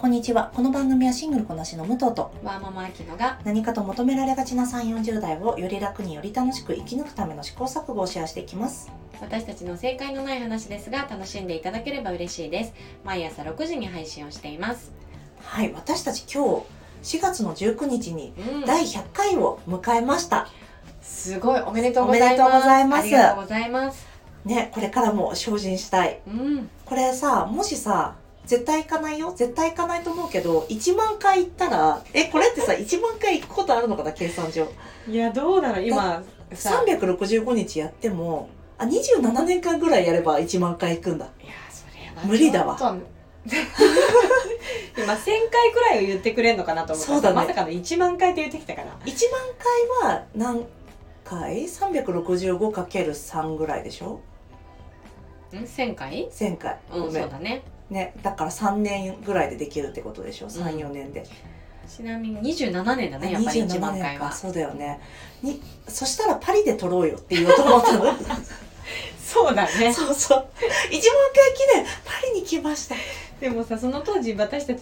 んにちは。この番組はシングルこなしの武藤とワーママアキノが何かと求められがちな3、40代をより楽により楽しく生き抜くための試行錯誤をシェアしていきます。 私たちの正解のない話ですが楽しんでいただければ嬉しいです。毎朝6時に配信をしています。 はい、私たち今日4月の19日にうん、 第100回を迎えました。 すごいおめでとうございます。 おめでとうございます。 ありがとうございます。 ね、これからも精進したい。これさ、もしさ、絶対行かないよ。絶対行かないと思うけど、1万回行ったら、これってさ、1万回行くことあるのかな、計算上。 いや、どうだろう、今さ、 365日やっても、27年間ぐらいやれば1万回行くんだ。 いや、それは無理だわ。 今1000回くらいを言ってくれんのかなと思ったら、 そうだね、 まさかの1万回って言ってきたから。 1万回は何回 ?365×3 ぐらいでしょ 1000回 ?1000 回。 うん、そうだね。 ね、だから3年ぐらいでできるってことでしょ、3、4年で。 ちなみに27年だね、やっぱり1万回は。 そうだよね。そしたらパリで撮ろうよって言おうと思ったの。 そうだね。 そうそう。1万回記念、パリに来ました。 でもさ、その当時私たち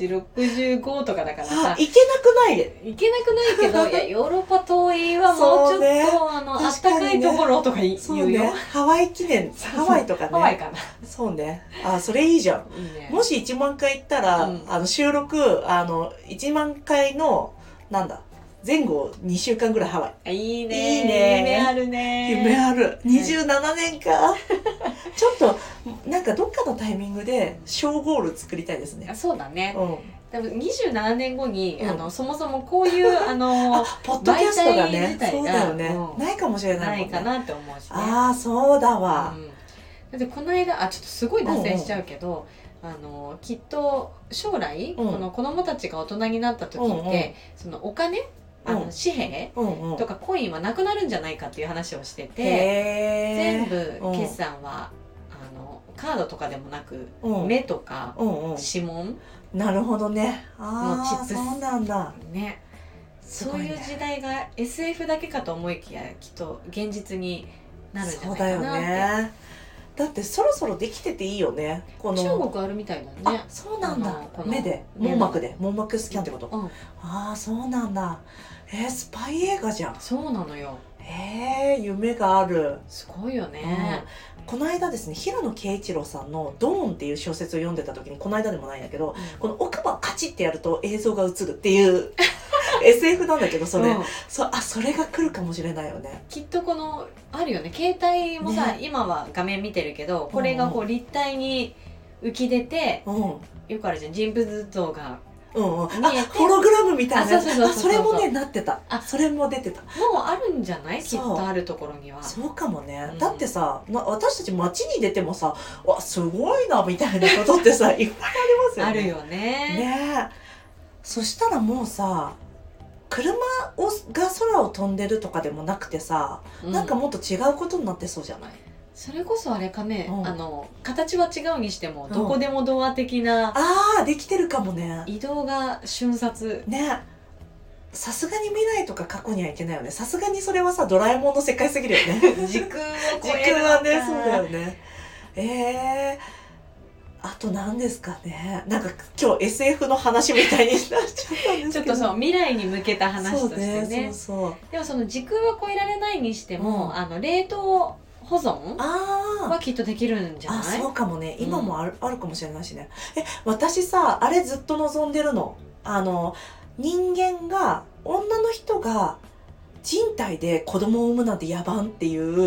65とかだからさ、 行けなくない。 行けなくないけど、いや、ヨーロッパ遠いはもうちょっと、 ね、 あったかいところとか言うよ。 ね、ハワイ記念、ハワイとかね。 ハワイかな。 そうね。それいいじゃん。 いいね。 もし1万回行ったら、収録、1万回の、前後2週間ぐらいハワイ。 いいね。 いいね。 夢あるね。 夢ある。27年か。ちょっと、どっかのタイミングで小ゴール作りたいですね。 そうだね。多分27年後に、そもそもこういう、 ポッドキャストがね、 そうだよね。ないかもしれないもんね。 ないかなって思うしね。 そうだわ。 だってこの間、ちょっとすごい脱線しちゃうけど、きっと将来、この子供たちが大人になった時って、そのお金、紙幣とかコインはなくなるんじゃないかっていう話をしてて、全部決算はカードとかでもなく、目とか指紋、 なるほどね。 のチップス、 そうなんだね。そういう時代が SF だけかと思いきや、きっと現実になるんじゃないかなって。 そうだよね。だってそろそろできてていいよね。 中国あるみたいだね。 そうなんだ。目で網膜スキャンってこと。そうなんだ。スパイ映画じゃん。 そうなのよ。 夢がある。 すごいよね。 この間ですね、平野啓一郎さんのドーンっていう小説を読んでた時に、この間でもないんだけど、この奥歯カチッてやると映像が映るっていうSF なんだけど、それが来るかもしれないよね。 きっとあるよね。携帯もさ、今は画面見てるけど、これがこう立体に浮き出て、よくあるじゃん、人物像が見えて、 ホログラムみたいな。それもね、なってた。それも出てた。 もうあるんじゃない？きっとあるところには。 そうかもね。だってさ、私たち街に出てもさ、わ、すごいなみたいなことってさ、いっぱいありますよね。 あるよね。 ね。そしたらもうさ、車が空を飛んでるとかでもなくてさ、もっと違うことになってそうじゃない？ それこそあれかね、形は違うにしても、どこでもドア的な、 できてるかもね。 移動が瞬殺ね。さすがに未来とか過去にはいけないよね。さすがにそれはさ、ドラえもんの世界すぎるよね。 時空を超える。時空はね、そうだよね。あと何ですかね。今日 SF の話みたいになっちゃったんですけど。 ちょっとそう、未来に向けた話としてね。 そう。 でもその時空は超えられないにしても、冷凍保存はきっとできるんじゃない？ そうかもね。今もあるかもしれないしね。私さ、あれずっと望んでるの。人間が、女の人が人体で子供を産むなんて野蛮って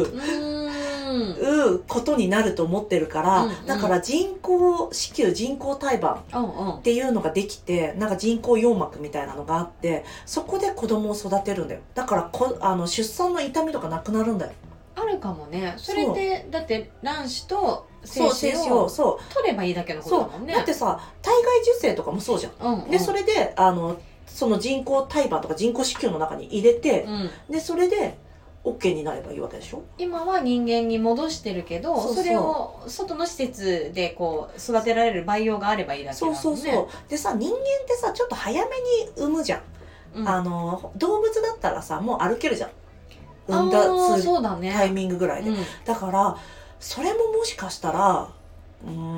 いうことになると思ってるから、だから人工子宮、人工胎盤っていうのができて、人工羊膜みたいなのがあって、そこで子供を育てるんだよ。だから出産の痛みとかなくなるんだよ。あるかもね。それでだって卵子と精子を取ればいいだけのことだもんね。 だってさ、体外受精とかもそうじゃん。でそれでその人工胎盤とか人工子宮の中に入れて、でそれで OK になればいいわけでしょ。 今は人間に戻してるけど、それを外の施設でこう育てられる培養があればいいだけだもんね。そうでさ、人間ってさ、ちょっと早めに産むじゃん。動物だったらさ、もう歩けるじゃん。産んだタイミングぐらいで。だからそれももしかしたら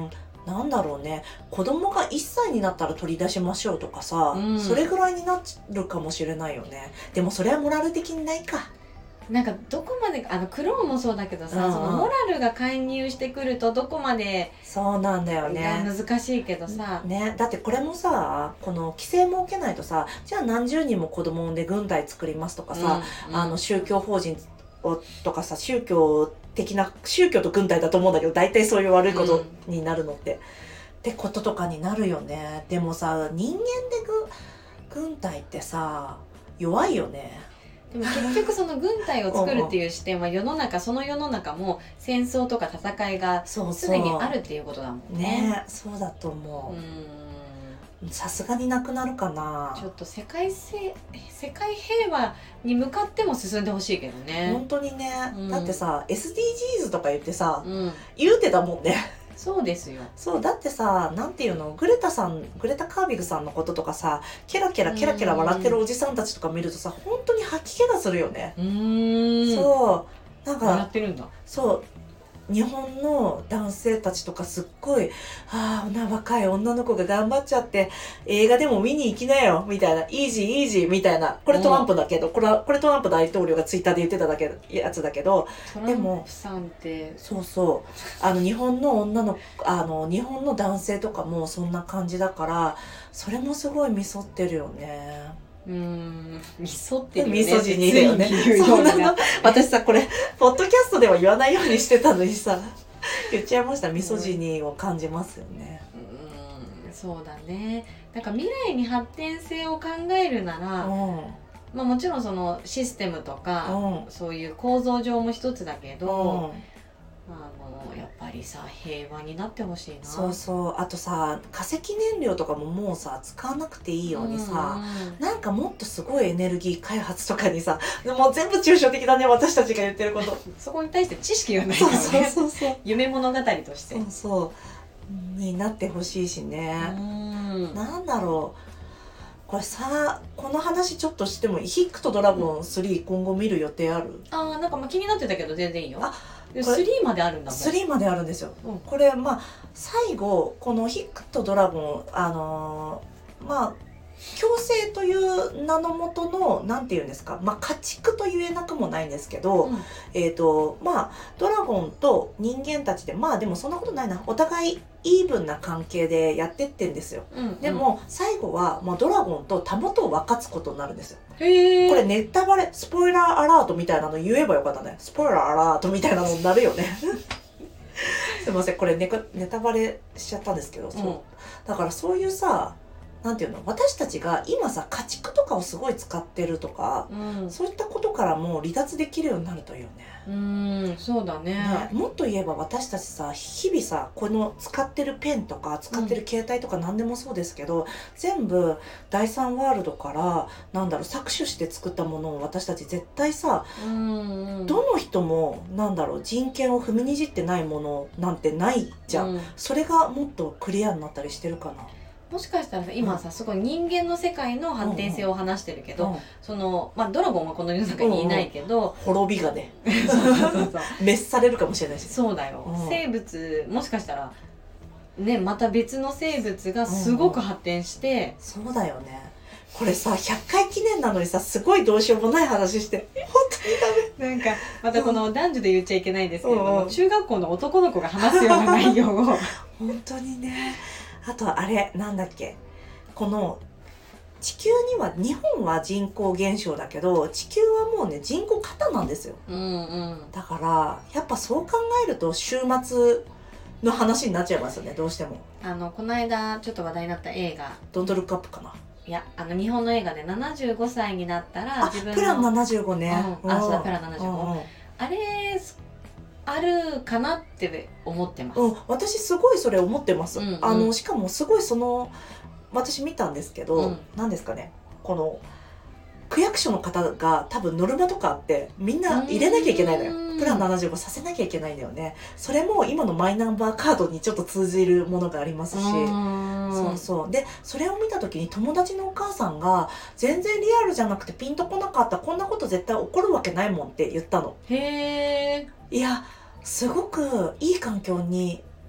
なんだろうね、子供が1歳になったら取り出しましょうとかさ、それぐらいになるかもしれないよね。でもそれはモラル的にないか。 なんかどこまでクローンもそうだけどさ、そのモラルが介入してくるとどこまでそうなんだよね、 難しいけどさ、 ね、だってこれもさ、この規制設けないとさ、じゃあ何十人も子供産んで軍隊作りますとかさ、宗教法人とかさ、宗教と軍隊だと思うんだけど、大体そういう悪いことになるのって、ってこととかになるよね。でもさ、人間で軍隊ってさ弱いよね。 でも結局その軍隊を作るっていう視点はその世の中も戦争とか戦いがすでにあるっていうことだもんね。 そうだと思う。さすがになくなるかな。 ちょっと世界平和に向かっても進んでほしいけどね。 本当にね、だってさ SDGs とか言ってさ、言うてだもんね。 そうですよ。 そうだってさ、なんていうの、グレタカービグさんのこととかさ、ケラケラ笑ってるおじさんたちとか見るとさ、本当に吐き気がするよね。そうなんか笑ってるんだ。 そう日本の男性たちとかすっごい、若い女の子が頑張っちゃって映画でも見に行きなよみたいな、イージーイージーみたいな、これトランプだけど、これトランプ大統領がツイッターで言ってたやつだけど、 でもトランプさんって日本の男性とかもそんな感じだから、それもすごいミソってるよね。 ミソってるよね。 ミソジニーだよね。そんなの私さ、これポッドキャストでは言わないようにしてたのにさ、言っちゃいました。ミソジニーを感じますよね。 そうだね。なんか未来に発展性を考えるなら、もちろんそのシステムとか、そういう構造上も一つだけど、やっぱりさ、平和になってほしいな。 あとさ、化石燃料とかももうさ使わなくていいようにさ、なんかもっとすごいエネルギー開発とかにさ、もう全部抽象的だね、私たちが言ってることそこに対して知識がないからね。夢物語としてになってほしいしね。なんだろう、これさ、この話ちょっとしても、ヒックとドラゴン3今後見る予定ある？ なんか気になってたけど全然いいよ。3まであるんだもん。 3まであるんですよ。これ最後このヒックとドラゴン、共生という名のもとの、なんていうんですか、家畜と言えなくもないんですけど、ドラゴンと人間たちで、でもそんなことないな、お互いイーブンな関係でやってってんですよ。でも最後はドラゴンとたもとを分かつことになるんですよ。これネタバレ、スポイラーアラートみたいなの言えばよかったね。スポイラーアラートみたいなのになるよね。すいません、これネタバレしちゃったんですけど、だからそういうさ、なんていうの、私たちが今さ家畜とかをすごい使ってるとか、そういったことからも離脱できるようになるといいよね。 そうだね。 もっと言えば私たちさ、日々さ、この使ってるペンとか使ってる携帯とか何でもそうですけど、全部第三ワールドから搾取して作ったものを私たち絶対さ、どの人も人権を踏みにじってないものなんてないじゃん。それがもっとクリアになったりしてるかな。 もしかしたら今さ、すごい人間の世界の発展性を話してるけど、ドラゴンはこの世の中にいないけど、 滅びがね滅されるかもしれないし。 そうだよ、生物もしかしたらね、また別の生物がすごく発展して、 そうだよね。これさ、100回記念なのにさ、すごいどうしようもない話して本当にダメ。 なんかまたこの男女で言っちゃいけないんですけれども、中学校の男の子が話すような内容を本当にね。あとあれなんだっけ、この地球には、日本は人口減少だけど地球はもうね人口過多なんですよ。だからやっぱそう考えると終末の話になっちゃいますよね、どうしても。 この間ちょっと話題になった映画 「ドントルックアップ」かな。 いや、日本の映画で75歳になったら自分のプラン75ね。 そうだ、プラン75、あれあるかなって思ってます。 私すごいそれ思ってます。しかもすごい私見たんですけど、何ですかね、この区役所の方が多分ノルマとかあってみんな入れなきゃいけないのよ。プラン75させなきゃいけないんだよね。それも今のマイナンバーカードにちょっと通じるものがありますし、でそれを見た時に友達のお母さんが全然リアルじゃなくてピンとこなかった、こんなこと絶対起こるわけないもんって言ったの。いや、すごくいい環境に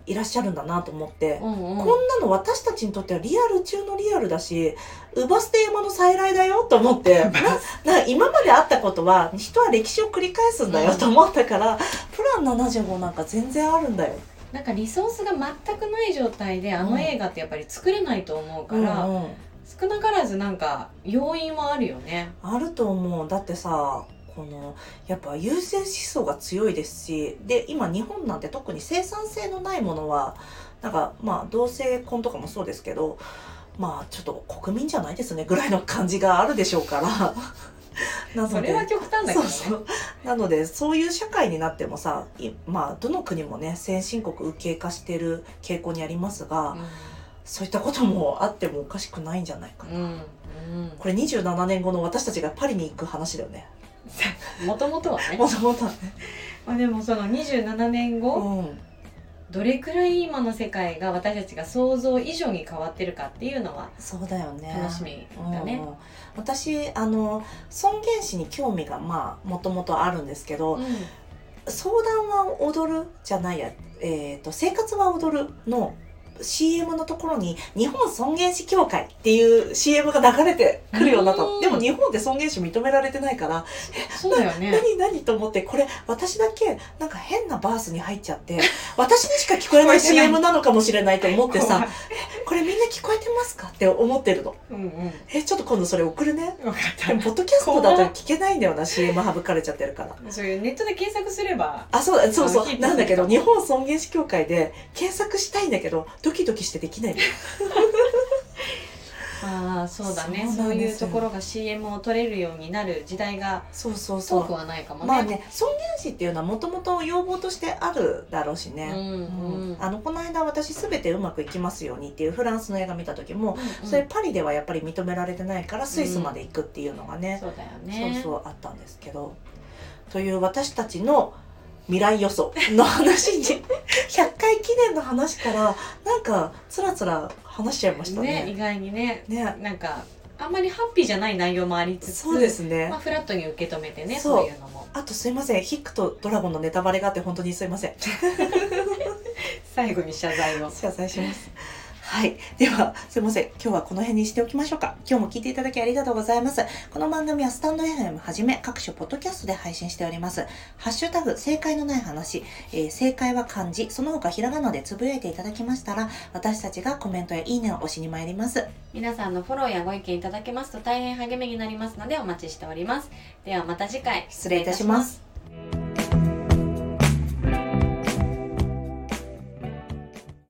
いらっしゃるんだなと思って、 うんうん、 こんなの私たちにとってはリアル中のリアルだし、姥捨て山の再来だよと思って今まであったことは人は歴史を繰り返すんだよと思ったから、プラン75なんか全然あるんだよ。 なんかリソースが全くない状態であの映画ってやっぱり作れないと思うから、うんうん、少なからずなんか要因はあるよね。 あると思う。だってさ、やっぱ優先思想が強いですし、で今日本なんて特に生産性のないものはなんか同性婚とかもそうですけど、ちょっと国民じゃないですねぐらいの感じがあるでしょうからなのでそれは極端だけどね。 そうなのでそういう社会になってもさ、どの国もね先進国右傾化してる傾向にありますが、うん、そういったこともあってもおかしくないんじゃないかな、うんうん、これ27年後の私たちがパリに行く話だよね。 もともとはね。 もともとはね。 でもその27年後、うん、どれくらい今の世界が私たちが想像以上に変わってるかっていうのはそうだよね。 楽しみだね。 私尊厳死に興味がもともとあるんですけど、相談は踊るじゃないや、生活は踊るのCM のところに日本尊厳死協会っていう CM が流れてくるようになったの。でも日本で尊厳死認められてないからそうだよね。 何と思って、これ私だけなんか変なバースに入っちゃって私にしか聞こえない CM なのかもしれないと思ってさこれみんな聞こえてますかって思ってるの、うんうん、ちょっと今度それ送るね。 分かった。 でもポッドキャストだと聞けないんだよなCM 省かれちゃってるから。 そういうネットで検索すればそうなんだけど、日本尊厳死協会で検索したいんだけどドキドキしてできないそうだね。そういうところが CM を撮れるようになる時代が遠くはないかもね。 尊厳死っていうのはもともと要望としてあるだろうしね、この間私すべてうまくいきますようにっていうフランスの映画見た時も、それパリではやっぱり認められてないからスイスまで行くっていうのがね、 そうだよね。 あったんですけど、という私たちの未来予想の話に100回記念の話からなんかつらつら話しちゃいましたね。 意外にねなんかあんまりハッピーじゃない内容もありつつ、 そうですね、 フラットに受け止めてね、そういうのも。 あとすいません、ヒックとドラゴンのネタバレがあって本当にすいません最後に謝罪しますはい。では、すいません。今日はこの辺にしておきましょうか。今日も聞いていただきありがとうございます。この番組はスタンド FM はじめ各種ポッドキャストで配信しております。ハッシュタグ、正解のない話、正解は漢字、その他ひらがなでつぶやいていただきましたら、私たちがコメントやいいねを押しに参ります。 皆さんのフォローやご意見いただけますと大変励みになりますのでお待ちしております。ではまた次回。 失礼いたします。